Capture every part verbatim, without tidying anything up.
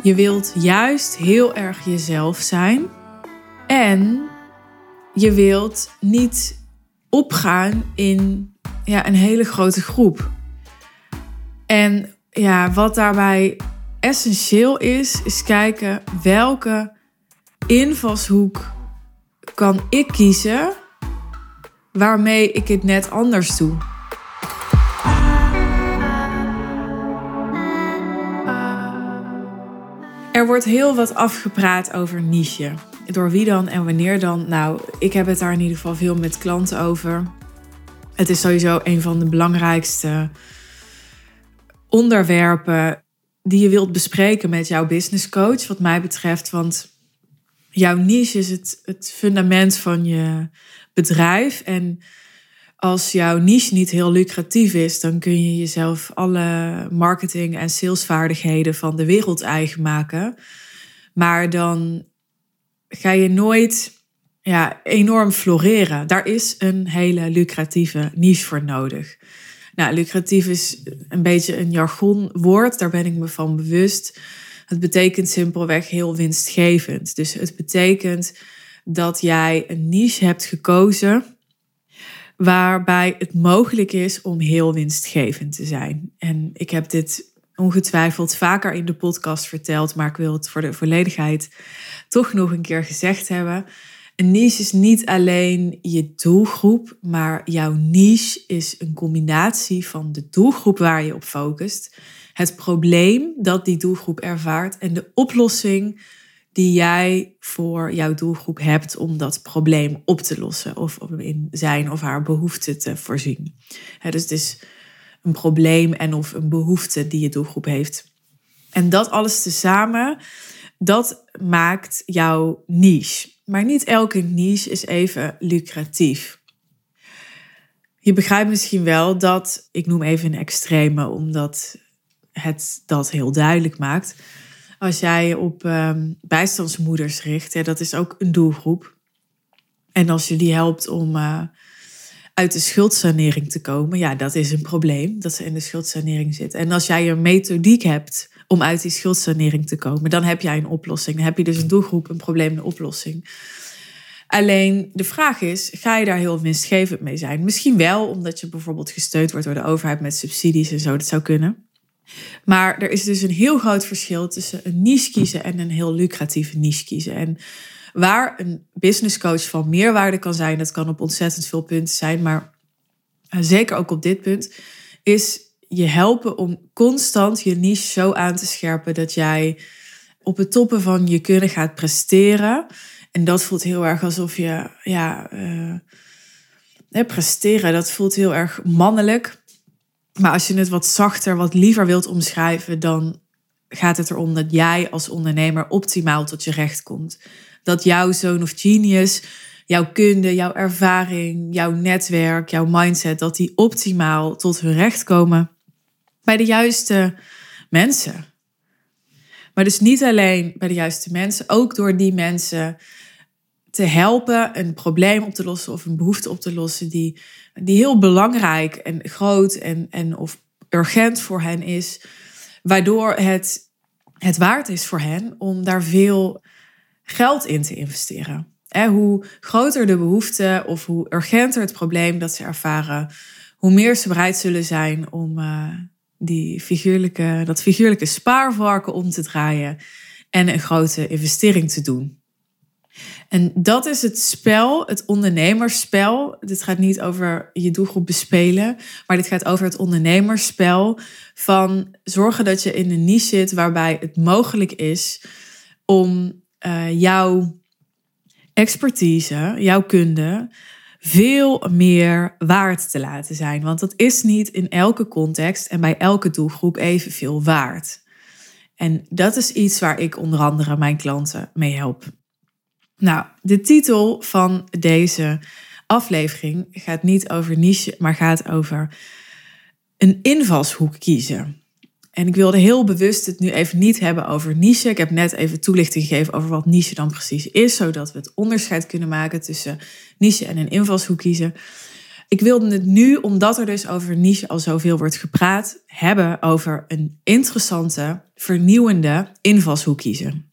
Je wilt juist heel erg jezelf zijn. En je wilt niet opgaan in ja, een hele grote groep. En ja, wat daarbij essentieel is, is kijken welke invalshoek kan ik kiezen waarmee ik het net anders doe. Er wordt heel wat afgepraat over niche. Door wie dan en wanneer dan? Nou, ik heb het daar in ieder geval veel met klanten over. Het is sowieso een van de belangrijkste onderwerpen die je wilt bespreken met jouw business coach, wat mij betreft. Want jouw niche is het, het fundament van je bedrijf. En als jouw niche niet heel lucratief is, dan kun je jezelf alle marketing- en salesvaardigheden van de wereld eigen maken. Maar dan ga je nooit ja, enorm floreren. Daar is een hele lucratieve niche voor nodig. Nou, lucratief is een beetje een jargonwoord, daar ben ik me van bewust. Het betekent simpelweg heel winstgevend. Dus het betekent dat jij een niche hebt gekozen waarbij het mogelijk is om heel winstgevend te zijn. En ik heb dit ongetwijfeld vaker in de podcast verteld, maar ik wil het voor de volledigheid toch nog een keer gezegd hebben. Een niche is niet alleen je doelgroep, maar jouw niche is een combinatie van de doelgroep waar je op focust, het probleem dat die doelgroep ervaart en de oplossing die jij voor jouw doelgroep hebt om dat probleem op te lossen of in zijn of haar behoefte te voorzien. He, dus het is een probleem en of een behoefte die je doelgroep heeft. En dat alles tezamen, dat maakt jouw niche. Maar niet elke niche is even lucratief. Je begrijpt misschien wel dat, ik noem even een extreme, omdat het dat heel duidelijk maakt. Als jij je op um, bijstandsmoeders richt, hè, dat is ook een doelgroep. En als je die helpt om uh, uit de schuldsanering te komen, ja, dat is een probleem, dat ze in de schuldsanering zitten. En als jij een methodiek hebt om uit die schuldsanering te komen, dan heb jij een oplossing. Dan heb je dus een doelgroep, een probleem, een oplossing. Alleen de vraag is, ga je daar heel winstgevend mee zijn? Misschien wel, omdat je bijvoorbeeld gesteund wordt door de overheid met subsidies en zo, dat zou kunnen. Maar er is dus een heel groot verschil tussen een niche kiezen en een heel lucratieve niche kiezen. En waar een business coach van meerwaarde kan zijn, dat kan op ontzettend veel punten zijn, maar zeker ook op dit punt, is je helpen om constant je niche zo aan te scherpen dat jij op het toppen van je kunnen gaat presteren. En dat voelt heel erg alsof je, ja, uh, presteren, dat voelt heel erg mannelijk. Maar als je het wat zachter, wat liever wilt omschrijven, dan gaat het erom dat jij als ondernemer optimaal tot je recht komt. Dat jouw zone of genius, jouw kunde, jouw ervaring, jouw netwerk, jouw mindset, dat die optimaal tot hun recht komen bij de juiste mensen. Maar dus niet alleen bij de juiste mensen, ook door die mensen te helpen een probleem op te lossen of een behoefte op te lossen die, die heel belangrijk en groot en, en of urgent voor hen is, waardoor het, het waard is voor hen om daar veel geld in te investeren. Eh, hoe groter de behoefte of hoe urgenter het probleem dat ze ervaren, hoe meer ze bereid zullen zijn om uh, die figuurlijke, dat figuurlijke spaarvarken om te draaien en een grote investering te doen. En dat is het spel, het ondernemersspel. Dit gaat niet over je doelgroep bespelen, maar dit gaat over het ondernemersspel van zorgen dat je in een niche zit waarbij het mogelijk is om uh, jouw expertise, jouw kunde, veel meer waard te laten zijn. Want dat is niet in elke context en bij elke doelgroep evenveel waard. En dat is iets waar ik onder andere mijn klanten mee help. Nou, de titel van deze aflevering gaat niet over niche, maar gaat over een invalshoek kiezen. En ik wilde heel bewust het nu even niet hebben over niche. Ik heb net even toelichting gegeven over wat niche dan precies is, zodat we het onderscheid kunnen maken tussen niche en een invalshoek kiezen. ik wilde het nu, omdat er dus over niche al zoveel wordt gepraat, hebben over een interessante, vernieuwende invalshoek kiezen.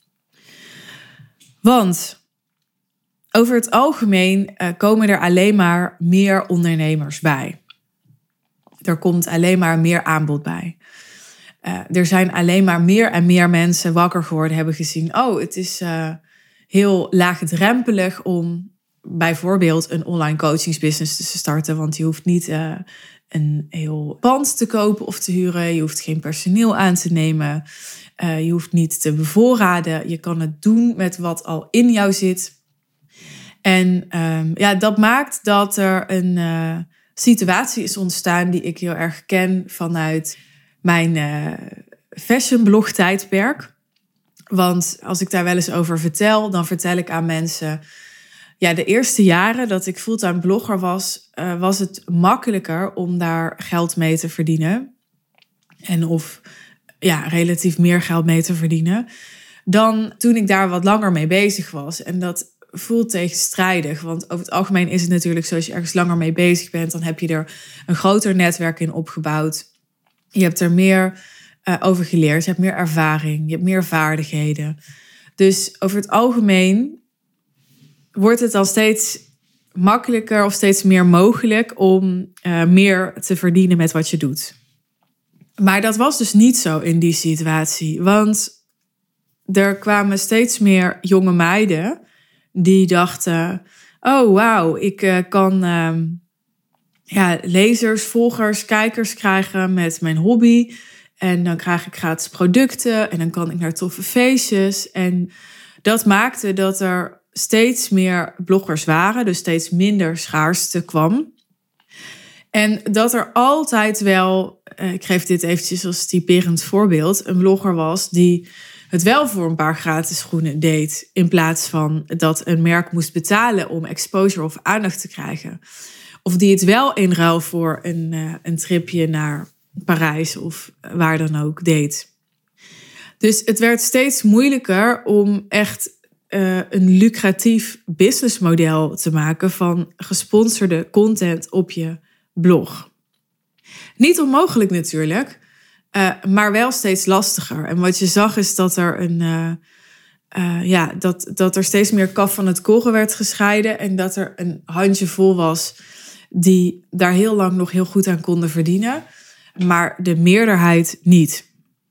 Want over het algemeen uh, komen er alleen maar meer ondernemers bij. Er komt alleen maar meer aanbod bij. Uh, er zijn alleen maar meer en meer mensen wakker geworden, hebben gezien, oh, het is uh, heel laagdrempelig om bijvoorbeeld een online coachingsbusiness te starten, want je hoeft niet uh, een heel pand te kopen of te huren, je hoeft geen personeel aan te nemen, uh, je hoeft niet te bevoorraden, je kan het doen met wat al in jou zit. En um, ja, dat maakt dat er een uh, situatie is ontstaan die ik heel erg ken vanuit mijn uh, fashionblog tijdperk. Want als ik daar wel eens over vertel, dan vertel ik aan mensen, ja, de eerste jaren dat ik fulltime blogger was, uh, was het makkelijker om daar geld mee te verdienen. En of ja, relatief meer geld mee te verdienen dan toen ik daar wat langer mee bezig was. En dat voelt tegenstrijdig, want over het algemeen is het natuurlijk zo, als je ergens langer mee bezig bent, dan heb je er een groter netwerk in opgebouwd. Je hebt er meer uh, over geleerd, je hebt meer ervaring, je hebt meer vaardigheden. Dus over het algemeen wordt het dan steeds makkelijker of steeds meer mogelijk om uh, meer te verdienen met wat je doet. Maar dat was dus niet zo in die situatie, want er kwamen steeds meer jonge meiden die dachten, oh wauw, ik uh, kan uh, ja, lezers, volgers, kijkers krijgen met mijn hobby. En dan krijg ik gratis producten en dan kan ik naar toffe feestjes. En dat maakte dat er steeds meer bloggers waren, dus steeds minder schaarste kwam. En dat er altijd wel, uh, ik geef dit eventjes als typerend voorbeeld, een blogger was die het wel voor een paar gratis schoenen deed, in plaats van dat een merk moest betalen om exposure of aandacht te krijgen. Of die het wel in ruil voor een, uh, een tripje naar Parijs of waar dan ook deed. Dus het werd steeds moeilijker om echt uh, een lucratief businessmodel te maken van gesponsorde content op je blog. Niet onmogelijk natuurlijk, uh, maar wel steeds lastiger. En wat je zag is dat er een uh, uh, ja, dat, dat er steeds meer kaf van het koren werd gescheiden en dat er een handjevol was die daar heel lang nog heel goed aan konden verdienen, maar de meerderheid niet.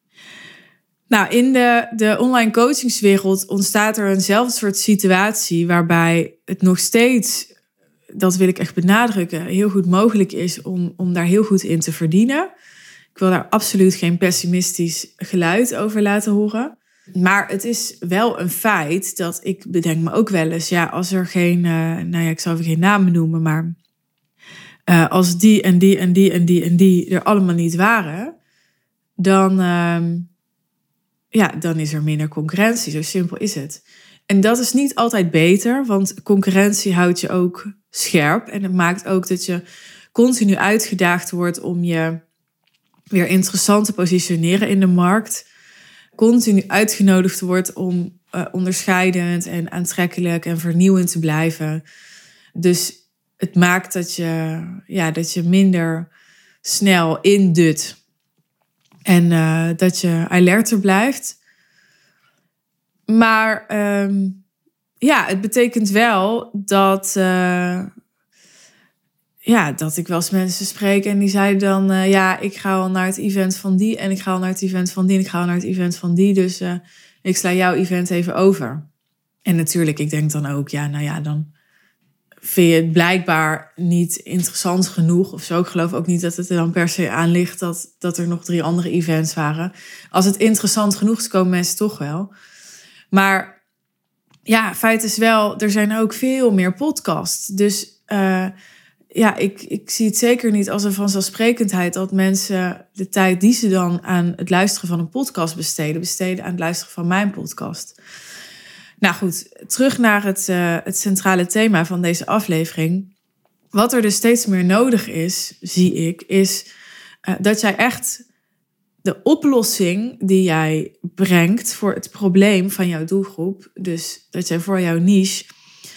Nou, in de, de online coachingswereld ontstaat er eenzelfde soort situatie waarbij het nog steeds, dat wil ik echt benadrukken, heel goed mogelijk is om, om daar heel goed in te verdienen. Ik wil daar absoluut geen pessimistisch geluid over laten horen. Maar het is wel een feit dat ik bedenk me ook wel eens, ja, als er geen, uh, nou ja, ik zal even geen namen noemen, maar uh, als die en die en die en die en die er allemaal niet waren, dan, uh, ja, dan is er minder concurrentie. Zo simpel is het. En dat is niet altijd beter, want concurrentie houdt je ook scherp. En het maakt ook dat je continu uitgedaagd wordt om je weer interessant te positioneren in de markt. Continu uitgenodigd wordt om uh, onderscheidend en aantrekkelijk en vernieuwend te blijven. Dus het maakt dat je, ja, dat je minder snel indut. En uh, dat je alerter blijft. Maar um, ja, het betekent wel dat, uh, ja, dat ik wel eens mensen spreek en die zeiden dan, uh, ja, ik ga al naar het event van die en ik ga al naar het event van die en ik ga al naar het event van die. Dus uh, ik sla jouw event even over. En natuurlijk, ik denk dan ook, ja, nou ja, dan vind je het blijkbaar niet interessant genoeg of zo. Ik geloof ook niet dat het er dan per se aan ligt dat, dat er nog drie andere events waren. Als het interessant genoeg is, komen mensen toch wel. Maar ja, feit is wel, er zijn ook veel meer podcasts. Dus uh, ja, ik, ik zie het zeker niet als een vanzelfsprekendheid dat mensen de tijd die ze dan aan het luisteren van een podcast besteden, besteden aan het luisteren van mijn podcast. Nou goed, terug naar het, uh, het centrale thema van deze aflevering. Wat er dus steeds meer nodig is, zie ik, is uh, dat jij echt de oplossing die jij brengt voor het probleem van jouw doelgroep, dus dat jij voor jouw niche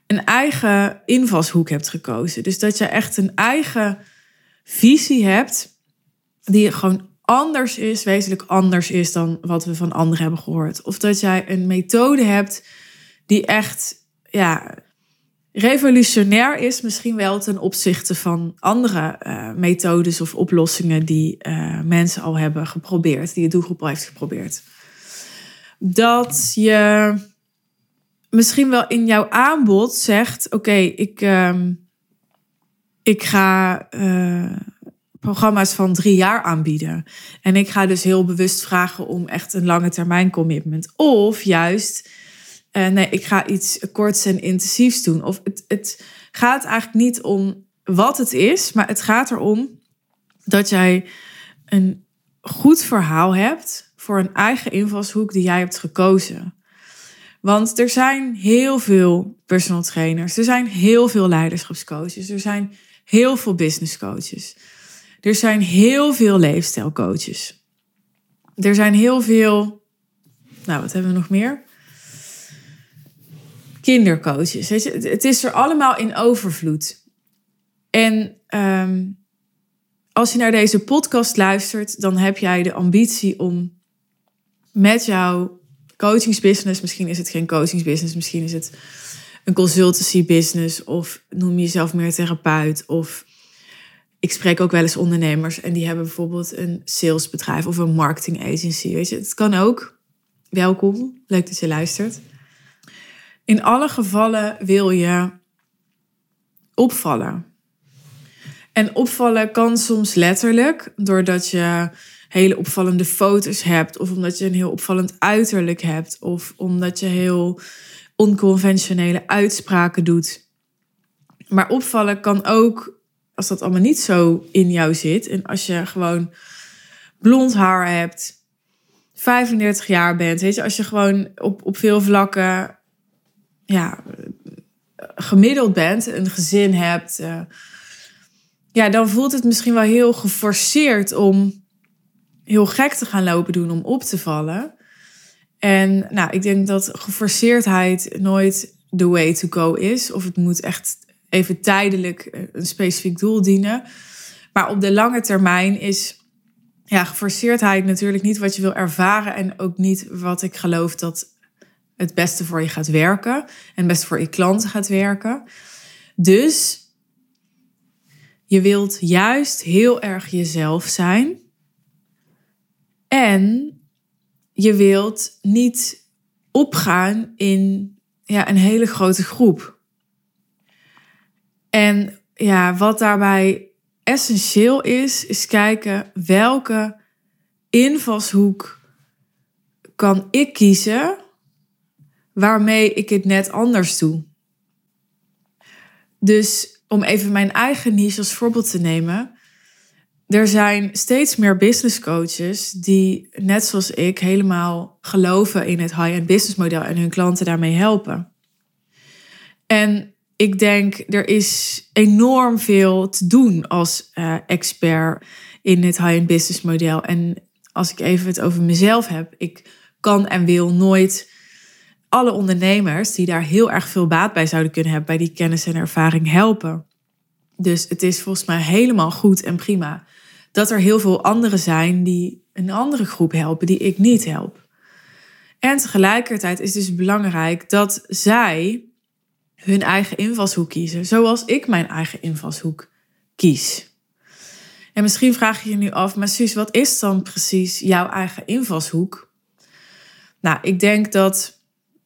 een eigen invalshoek hebt gekozen. Dus dat je echt een eigen visie hebt die gewoon anders is, wezenlijk anders is dan wat we van anderen hebben gehoord. Of dat jij een methode hebt die echt ja, revolutionair is, misschien wel ten opzichte van andere uh, methodes of oplossingen die uh, mensen al hebben geprobeerd, die je doelgroep al heeft geprobeerd. Dat je misschien wel in jouw aanbod zegt, oké, okay, ik, uh, ik ga uh, programma's van drie jaar aanbieden. En ik ga dus heel bewust vragen om echt een lange termijn commitment. Of juist, uh, nee, ik ga iets korts en intensiefs doen. Of het, het gaat eigenlijk niet om wat het is, maar het gaat erom dat jij een goed verhaal hebt voor een eigen invalshoek die jij hebt gekozen. Want er zijn heel veel personal trainers, er zijn heel veel leiderschapscoaches, er zijn heel veel business coaches. Er zijn heel veel leefstijlcoaches. Er zijn heel veel, nou wat hebben we nog meer? Kindercoaches. Weet je, het is er allemaal in overvloed. En um, als je naar deze podcast luistert, dan heb jij de ambitie om met jouw coachingsbusiness, misschien is het geen coachingsbusiness, misschien is het een consultancy business, of noem je jezelf meer therapeut, of ik spreek ook wel eens ondernemers en die hebben bijvoorbeeld een salesbedrijf of een marketing agency. Weet je, het kan ook. Welkom, leuk dat je luistert. In alle gevallen wil je opvallen. En opvallen kan soms letterlijk, doordat je hele opvallende foto's hebt, of omdat je een heel opvallend uiterlijk hebt, of omdat je heel onconventionele uitspraken doet. Maar opvallen kan ook als dat allemaal niet zo in jou zit. En als je gewoon blond haar hebt, vijfendertig jaar bent. Weet je, als je gewoon op, op veel vlakken ja, gemiddeld bent, een gezin hebt. Uh, ja, dan voelt het misschien wel heel geforceerd om heel gek te gaan lopen doen om op te vallen. En nou, ik denk dat geforceerdheid nooit the way to go is. Of het moet echt even tijdelijk een specifiek doel dienen. Maar op de lange termijn is ja, geforceerdheid natuurlijk niet wat je wil ervaren. En ook niet wat ik geloof dat het beste voor je gaat werken. En het beste voor je klanten gaat werken. Dus je wilt juist heel erg jezelf zijn. En je wilt niet opgaan in ja, een hele grote groep. En ja, wat daarbij essentieel is, is kijken welke invalshoek kan ik kiezen waarmee ik het net anders doe. Dus om even mijn eigen niche als voorbeeld te nemen. Er zijn steeds meer business coaches die, net zoals ik, helemaal geloven in het high-end business model en hun klanten daarmee helpen. En ik denk, er is enorm veel te doen als uh, expert in het high-end business model. En als ik even het over mezelf heb, ik kan en wil nooit alle ondernemers die daar heel erg veel baat bij zouden kunnen hebben, bij die kennis en ervaring helpen. Dus het is volgens mij helemaal goed en prima dat er heel veel anderen zijn die een andere groep helpen die ik niet help. En tegelijkertijd is het dus belangrijk dat zij hun eigen invalshoek kiezen, zoals ik mijn eigen invalshoek kies. En misschien vraag je je nu af, maar Suus, wat is dan precies jouw eigen invalshoek? Nou, ik denk dat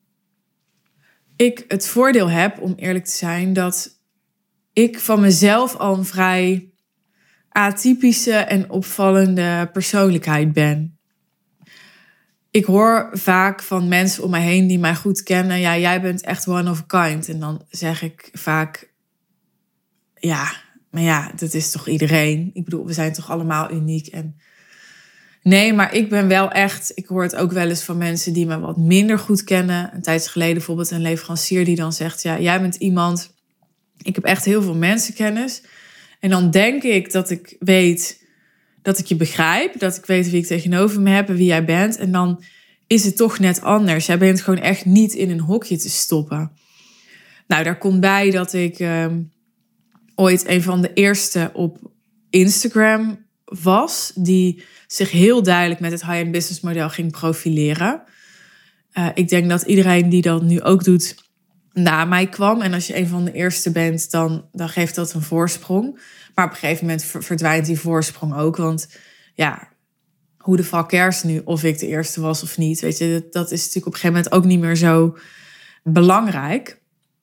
ik het voordeel heb, om eerlijk te zijn, dat ik van mezelf al een vrij atypische en opvallende persoonlijkheid ben. Ik hoor vaak van mensen om mij heen die mij goed kennen, ja, jij bent echt one of a kind. En dan zeg ik vaak, ja, maar ja, dat is toch iedereen? Ik bedoel, we zijn toch allemaal uniek. En nee, maar ik ben wel echt, ik hoor het ook wel eens van mensen die me wat minder goed kennen. Een tijd geleden bijvoorbeeld een leverancier die dan zegt, ja, jij bent iemand, ik heb echt heel veel mensenkennis. En dan denk ik dat ik weet dat ik je begrijp, dat ik weet wie ik tegenover me heb en wie jij bent. En dan is het toch net anders. Jij bent gewoon echt niet in een hokje te stoppen. Nou, daar komt bij dat ik um, ooit een van de eerste op Instagram was, die zich heel duidelijk met het high-end business model ging profileren. Uh, ik denk dat iedereen die dat nu ook doet, na mij kwam. En als je een van de eerste bent, dan, dan geeft dat een voorsprong. Maar op een gegeven moment verdwijnt die voorsprong ook. Want ja, hoe de fuck cares nu of ik de eerste was of niet? Weet je, dat, dat is natuurlijk op een gegeven moment ook niet meer zo belangrijk.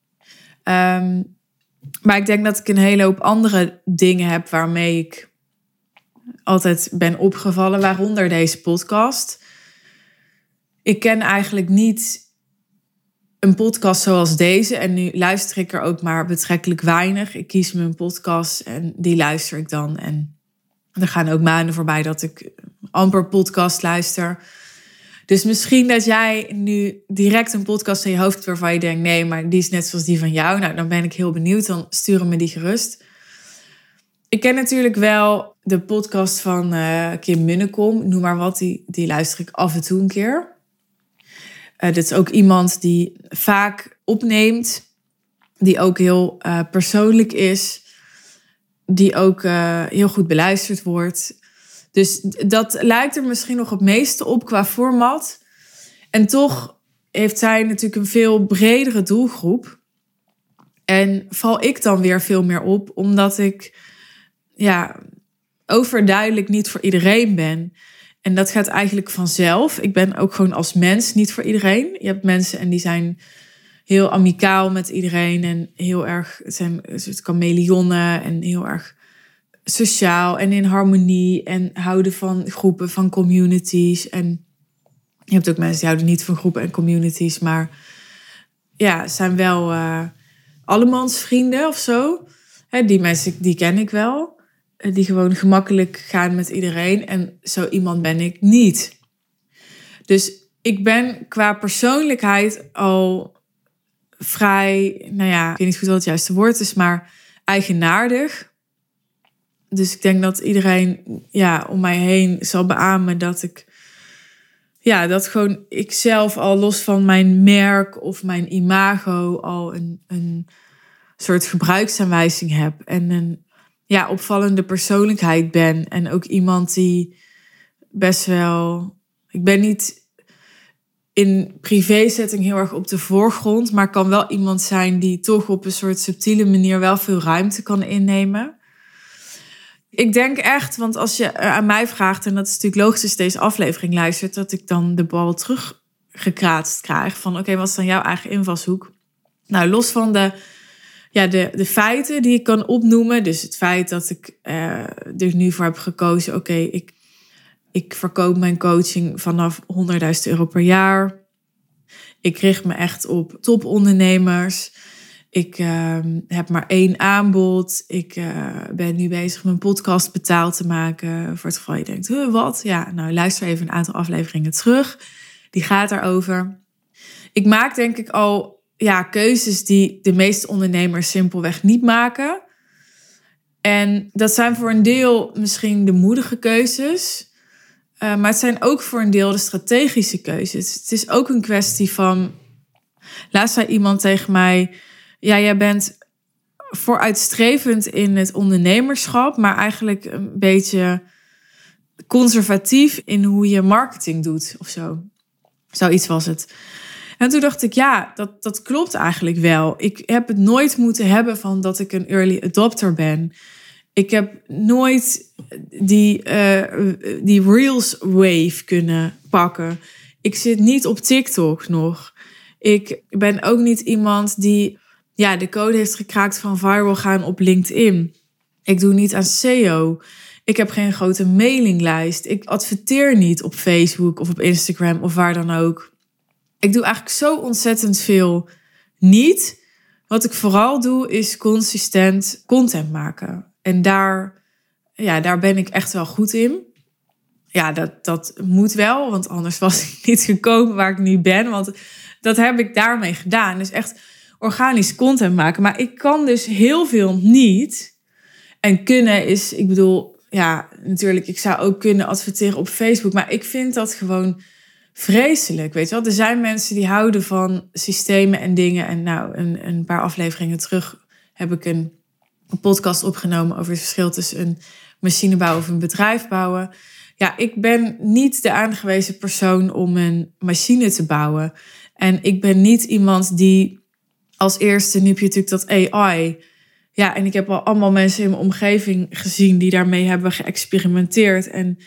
Um, maar ik denk dat ik een hele hoop andere dingen heb waarmee ik altijd ben opgevallen, waaronder deze podcast. Ik ken eigenlijk niet een podcast zoals deze. En nu luister ik er ook maar betrekkelijk weinig. Ik kies mijn podcast en die luister ik dan. En er gaan ook maanden voorbij dat ik amper podcast luister. Dus misschien dat jij nu direct een podcast in je hoofd hebt waarvan je denkt, nee, maar die is net zoals die van jou. Nou, dan ben ik heel benieuwd. Dan stuur me die gerust. Ik ken natuurlijk wel de podcast van uh, Kim Munnekom. Noem maar wat, die, die luister ik af en toe een keer. Uh, dit is ook iemand die vaak opneemt. Die ook heel uh, persoonlijk is. Die ook uh, heel goed beluisterd wordt. Dus dat lijkt er misschien nog het meeste op qua format. En toch heeft zij natuurlijk een veel bredere doelgroep. En val ik dan weer veel meer op. Omdat ik ja, overduidelijk niet voor iedereen ben. En dat gaat eigenlijk vanzelf. Ik ben ook gewoon als mens niet voor iedereen. Je hebt mensen en die zijn heel amicaal met iedereen. En heel erg, het zijn een soort chameleonnen. En heel erg sociaal en in harmonie. En houden van groepen, van communities. En je hebt ook mensen die houden niet van groepen en communities. Maar ja, zijn wel uh, allemans vrienden of zo. Hè, die mensen, die ken ik wel. Die gewoon gemakkelijk gaan met iedereen. En zo iemand ben ik niet. Dus ik ben qua persoonlijkheid al vrij, nou ja, ik weet niet goed wat het juiste woord is, maar eigenaardig. Dus ik denk dat iedereen ja, om mij heen zal beamen dat ik, ja, dat gewoon ik zelf al los van mijn merk of mijn imago al een, een soort gebruiksaanwijzing heb. En een ja, opvallende persoonlijkheid ben. En ook iemand die best wel, ik ben niet in privésetting heel erg op de voorgrond, maar kan wel iemand zijn die toch op een soort subtiele manier wel veel ruimte kan innemen. Ik denk echt, want als je aan mij vraagt, en dat is natuurlijk logisch als je deze aflevering luistert, dat ik dan de bal teruggekraatst krijg van oké, okay, wat is dan jouw eigen invalshoek? Nou, los van de, ja, de, de feiten die ik kan opnoemen, dus het feit dat ik uh, er nu voor heb gekozen, oké, okay, ik Ik verkoop mijn coaching vanaf honderdduizend euro per jaar. Ik richt me echt op topondernemers. Ik uh, heb maar één aanbod. Ik uh, ben nu bezig mijn podcast betaald te maken. Voor het geval je denkt, huh, wat? Ja, nou luister even een aantal afleveringen terug. Die gaat daarover. Ik maak denk ik al ja, keuzes die de meeste ondernemers simpelweg niet maken. En dat zijn voor een deel misschien de moedige keuzes. Uh, maar het zijn ook voor een deel de strategische keuzes. Het is ook een kwestie van, laatst zei iemand tegen mij, ja, jij bent vooruitstrevend in het ondernemerschap, maar eigenlijk een beetje conservatief in hoe je marketing doet of zo. Zoiets was het. En toen dacht ik, ja, dat, dat klopt eigenlijk wel. Ik heb het nooit moeten hebben van dat ik een early adopter ben. Ik heb nooit die, uh, die Reels wave kunnen pakken. Ik zit niet op TikTok nog. Ik ben ook niet iemand die ja, de code heeft gekraakt van viral gaan op LinkedIn. Ik doe niet aan S E O. Ik heb geen grote mailinglijst. Ik adverteer niet op Facebook of op Instagram of waar dan ook. Ik doe eigenlijk zo ontzettend veel niet. Wat ik vooral doe is consistent content maken. En daar, ja, daar ben ik echt wel goed in. Ja, dat, dat moet wel, want anders was ik niet gekomen waar ik nu ben. Want dat heb ik daarmee gedaan. Dus echt organisch content maken. Maar ik kan dus heel veel niet. En kunnen is, ik bedoel, ja, natuurlijk, ik zou ook kunnen adverteren op Facebook. Maar ik vind dat gewoon vreselijk, weet je wel. Er zijn mensen die houden van systemen en dingen. En nou, een, een paar afleveringen terug heb ik een, een podcast opgenomen over het verschil tussen een machine bouwen of een bedrijf bouwen. Ja, ik ben niet de aangewezen persoon om een machine te bouwen. En ik ben niet iemand die als eerste, nu heb je natuurlijk dat A I. Ja, en ik heb al allemaal mensen in mijn omgeving gezien die daarmee hebben geëxperimenteerd. En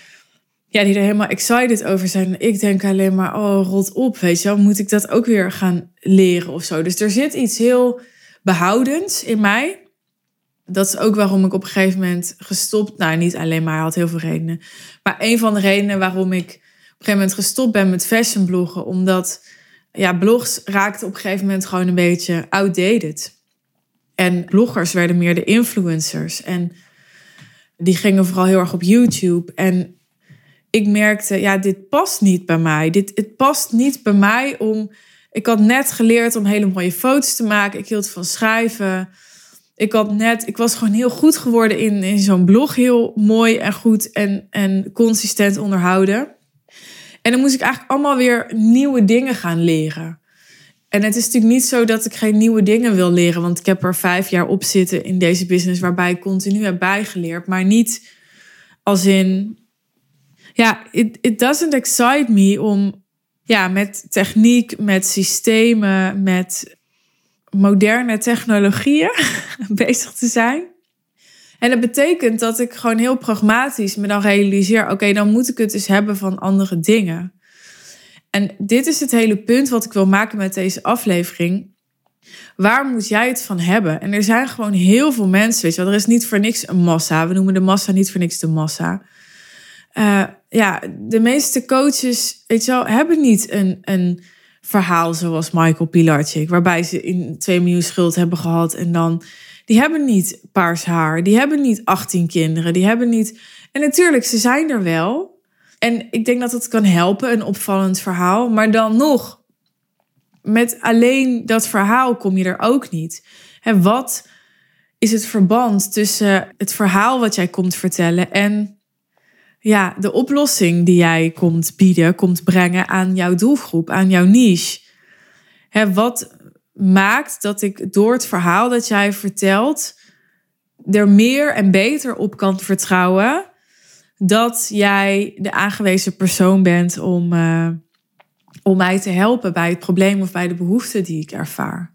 ja, die er helemaal excited over zijn. Ik denk alleen maar, oh, rot op, weet je wel. Moet ik dat ook weer gaan leren of zo? Dus er zit iets heel behoudends in mij. Dat is ook waarom ik op een gegeven moment gestopt... Nou, niet alleen maar, hij had heel veel redenen. Maar een van de redenen waarom ik op een gegeven moment gestopt ben met fashion bloggen. Omdat, ja, blogs raakten op een gegeven moment gewoon een beetje outdated. En bloggers werden meer de influencers. En die gingen vooral heel erg op YouTube. En ik merkte, ja, dit past niet bij mij. Dit, het past niet bij mij om... Ik had net geleerd om hele mooie foto's te maken. Ik hield van schrijven. Ik had net, ik was gewoon heel goed geworden in, in zo'n blog. Heel mooi en goed en, en consistent onderhouden. En dan moest ik eigenlijk allemaal weer nieuwe dingen gaan leren. En het is natuurlijk niet zo dat ik geen nieuwe dingen wil leren. Want ik heb er vijf jaar op zitten in deze business waarbij ik continu heb bijgeleerd. Maar niet als in... Ja, it, it doesn't excite me om ja, met techniek, met systemen, met moderne technologieën bezig te zijn. En dat betekent dat ik gewoon heel pragmatisch me dan realiseer... oké, okay, dan moet ik het dus hebben van andere dingen. En dit is het hele punt wat ik wil maken met deze aflevering. Waar moet jij het van hebben? En er zijn gewoon heel veel mensen, weet je wel. Er is niet voor niks een massa. We noemen de massa niet voor niks de massa. Uh, ja, de meeste coaches, weet je wel, hebben niet een, een verhaal zoals Michael Pilarczyk, waarbij ze in twee miljoen schuld hebben gehad en dan... Die hebben niet paars haar, die hebben niet achttien kinderen, die hebben niet... En natuurlijk, ze zijn er wel. En ik denk dat het kan helpen, een opvallend verhaal. Maar dan nog, met alleen dat verhaal kom je er ook niet. En wat is het verband tussen het verhaal wat jij komt vertellen en... Ja, de oplossing die jij komt bieden, komt brengen aan jouw doelgroep, aan jouw niche. Hè, wat maakt dat ik door het verhaal dat jij vertelt er meer en beter op kan vertrouwen dat jij de aangewezen persoon bent om, uh, om mij te helpen bij het probleem of bij de behoefte die ik ervaar.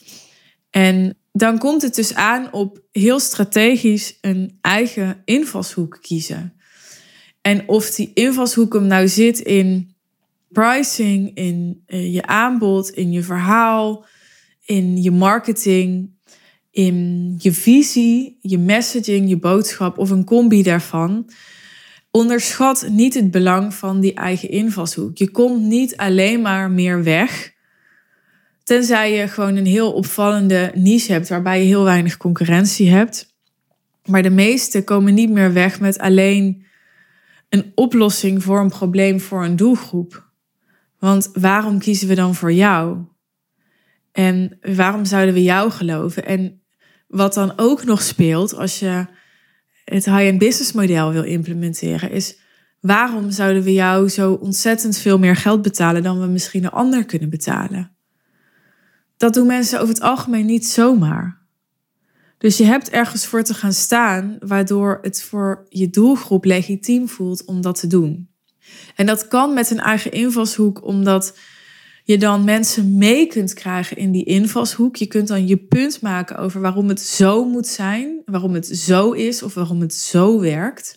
En dan komt het dus aan op heel strategisch een eigen invalshoek kiezen. En of die invalshoek hem nou zit in pricing, in uh, je aanbod, in je verhaal, in je marketing, in je visie, je messaging, je boodschap of een combi daarvan. Onderschat niet het belang van die eigen invalshoek. Je komt niet alleen maar meer weg, tenzij je gewoon een heel opvallende niche hebt waarbij je heel weinig concurrentie hebt. Maar de meesten komen niet meer weg met alleen een oplossing voor een probleem voor een doelgroep. Want waarom kiezen we dan voor jou? En waarom zouden we jou geloven? En wat dan ook nog speelt als je het high-end business model wil implementeren, is waarom zouden we jou zo ontzettend veel meer geld betalen dan we misschien een ander kunnen betalen? Dat doen mensen over het algemeen niet zomaar. Dus je hebt ergens voor te gaan staan, waardoor het voor je doelgroep legitiem voelt om dat te doen. En dat kan met een eigen invalshoek, omdat je dan mensen mee kunt krijgen in die invalshoek. Je kunt dan je punt maken over waarom het zo moet zijn, waarom het zo is of waarom het zo werkt.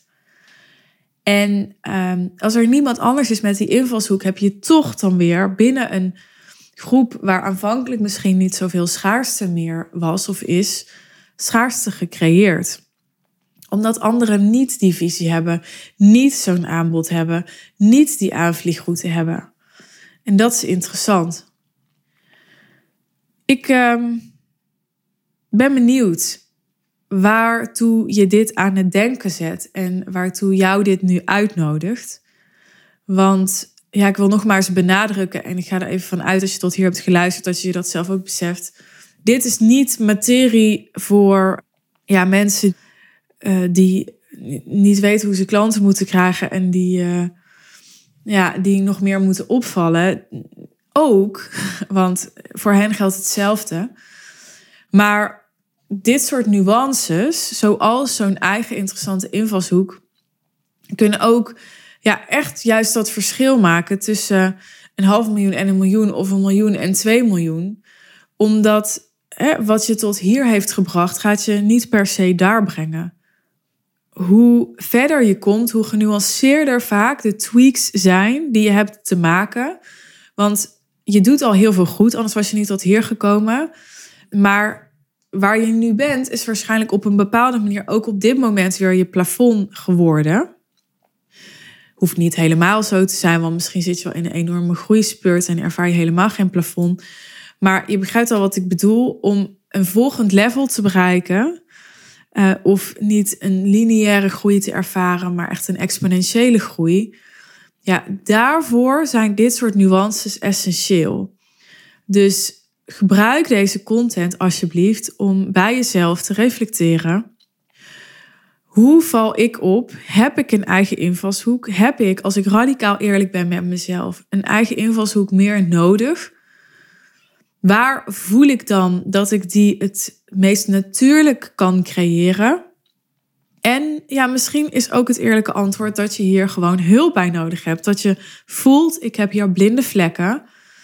En um, als er niemand anders is met die invalshoek, heb je toch dan weer binnen een groep waar aanvankelijk misschien niet zoveel schaarste meer was of is, schaarste gecreëerd. Omdat anderen niet die visie hebben, niet zo'n aanbod hebben, niet die aanvliegroute hebben. En dat is interessant. Ik uh, ben benieuwd waartoe je dit aan het denken zet en waartoe jou dit nu uitnodigt. Want ja, ik wil nog maar eens benadrukken, en ik ga er even van uit als je tot hier hebt geluisterd, dat je dat zelf ook beseft. Dit is niet materie voor ja, mensen uh, die niet weten hoe ze klanten moeten krijgen en die uh, ja, die nog meer moeten opvallen. Ook, want voor hen geldt hetzelfde. Maar dit soort nuances, zoals zo'n eigen interessante invalshoek, kunnen ook ja, echt juist dat verschil maken tussen een half miljoen en een miljoen of een miljoen en twee miljoen. Omdat hè, wat je tot hier heeft gebracht, gaat je niet per se daar brengen. Hoe verder je komt, hoe genuanceerder vaak de tweaks zijn die je hebt te maken. Want je doet al heel veel goed, anders was je niet tot hier gekomen. Maar waar je nu bent, is waarschijnlijk op een bepaalde manier ook op dit moment weer je plafond geworden. Hoeft niet helemaal zo te zijn, want misschien zit je wel in een enorme groeispurt en ervaar je helemaal geen plafond. Maar je begrijpt al wat ik bedoel, om een volgend level te bereiken, uh, of niet een lineaire groei te ervaren, maar echt een exponentiële groei. Ja, daarvoor zijn dit soort nuances essentieel. Dus gebruik deze content alsjeblieft om bij jezelf te reflecteren. Hoe val ik op? Heb ik een eigen invalshoek? Heb ik, als ik radicaal eerlijk ben met mezelf, een eigen invalshoek meer nodig? Waar voel ik dan dat ik die het meest natuurlijk kan creëren? En ja, misschien is ook het eerlijke antwoord dat je hier gewoon hulp bij nodig hebt. Dat je voelt, ik heb hier blinde vlekken.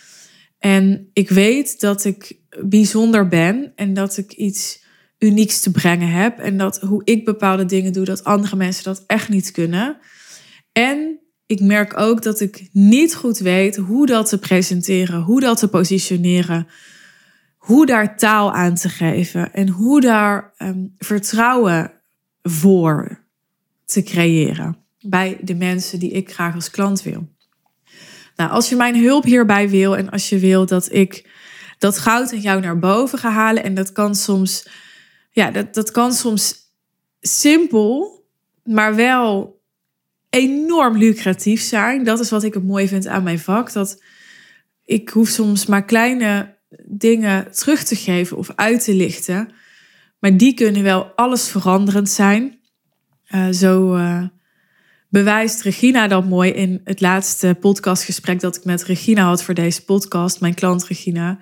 En ik weet dat ik bijzonder ben en dat ik iets unieks te brengen heb. En dat hoe ik bepaalde dingen doe, dat andere mensen dat echt niet kunnen. En ik merk ook dat ik niet goed weet hoe dat te presenteren, hoe dat te positioneren, hoe daar taal aan te geven en hoe daar um, vertrouwen voor te creëren bij de mensen die ik graag als klant wil. Nou, als je mijn hulp hierbij wil en als je wil dat ik dat goud in jou naar boven ga halen, en dat kan soms, ja, dat, dat kan soms simpel, maar wel enorm lucratief zijn. Dat is wat ik het mooi vind aan mijn vak. Dat ik hoef soms maar kleine dingen terug te geven of uit te lichten. Maar die kunnen wel alles veranderend zijn. Uh, zo uh, bewijst Regina dat mooi in het laatste podcastgesprek dat ik met Regina had voor deze podcast. Mijn klant Regina.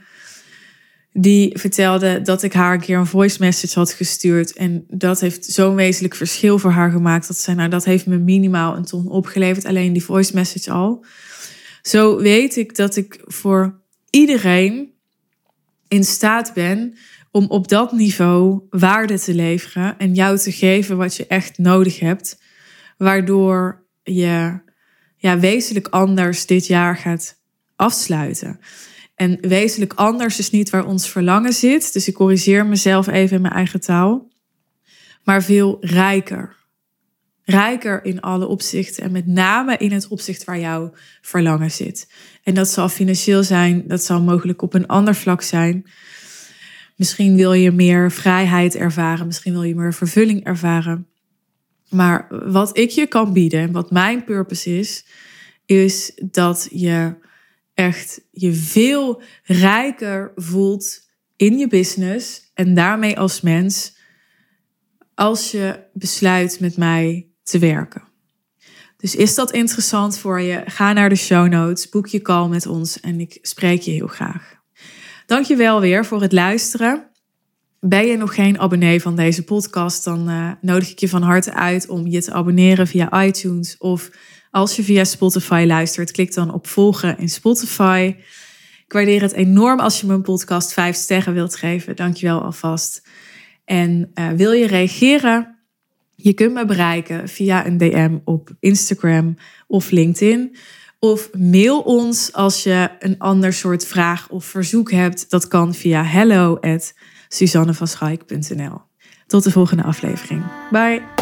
Die vertelde dat ik haar een keer een voice message had gestuurd. En dat heeft zo'n wezenlijk verschil voor haar gemaakt. Dat zei, nou, dat heeft me minimaal een ton opgeleverd. Alleen die voice message al. Zo weet ik dat ik voor iedereen in staat ben om op dat niveau waarde te leveren. En jou te geven wat je echt nodig hebt. Waardoor je ja, wezenlijk anders dit jaar gaat afsluiten. En wezenlijk anders is niet waar ons verlangen zit. Dus ik corrigeer mezelf even in mijn eigen taal. Maar veel rijker. Rijker in alle opzichten. En met name in het opzicht waar jouw verlangen zit. En dat zal financieel zijn. Dat zal mogelijk op een ander vlak zijn. Misschien wil je meer vrijheid ervaren. Misschien wil je meer vervulling ervaren. Maar wat ik je kan bieden. En wat mijn purpose is. Is dat je echt je veel rijker voelt in je business en daarmee als mens als je besluit met mij te werken. Dus is dat interessant voor je? Ga naar de show notes, boek je call met ons en ik spreek je heel graag. Dank je wel weer voor het luisteren. Ben je nog geen abonnee van deze podcast, dan uh, nodig ik je van harte uit om je te abonneren via iTunes of als je via Spotify luistert, klik dan op volgen in Spotify. Ik waardeer het enorm als je mijn podcast vijf sterren wilt geven. Dankjewel alvast. En uh, wil je reageren? Je kunt me bereiken via een D M op Instagram of LinkedIn. Of mail ons als je een ander soort vraag of verzoek hebt. Dat kan via hello at suzanne van schaik punt n l. Tot de volgende aflevering. Bye!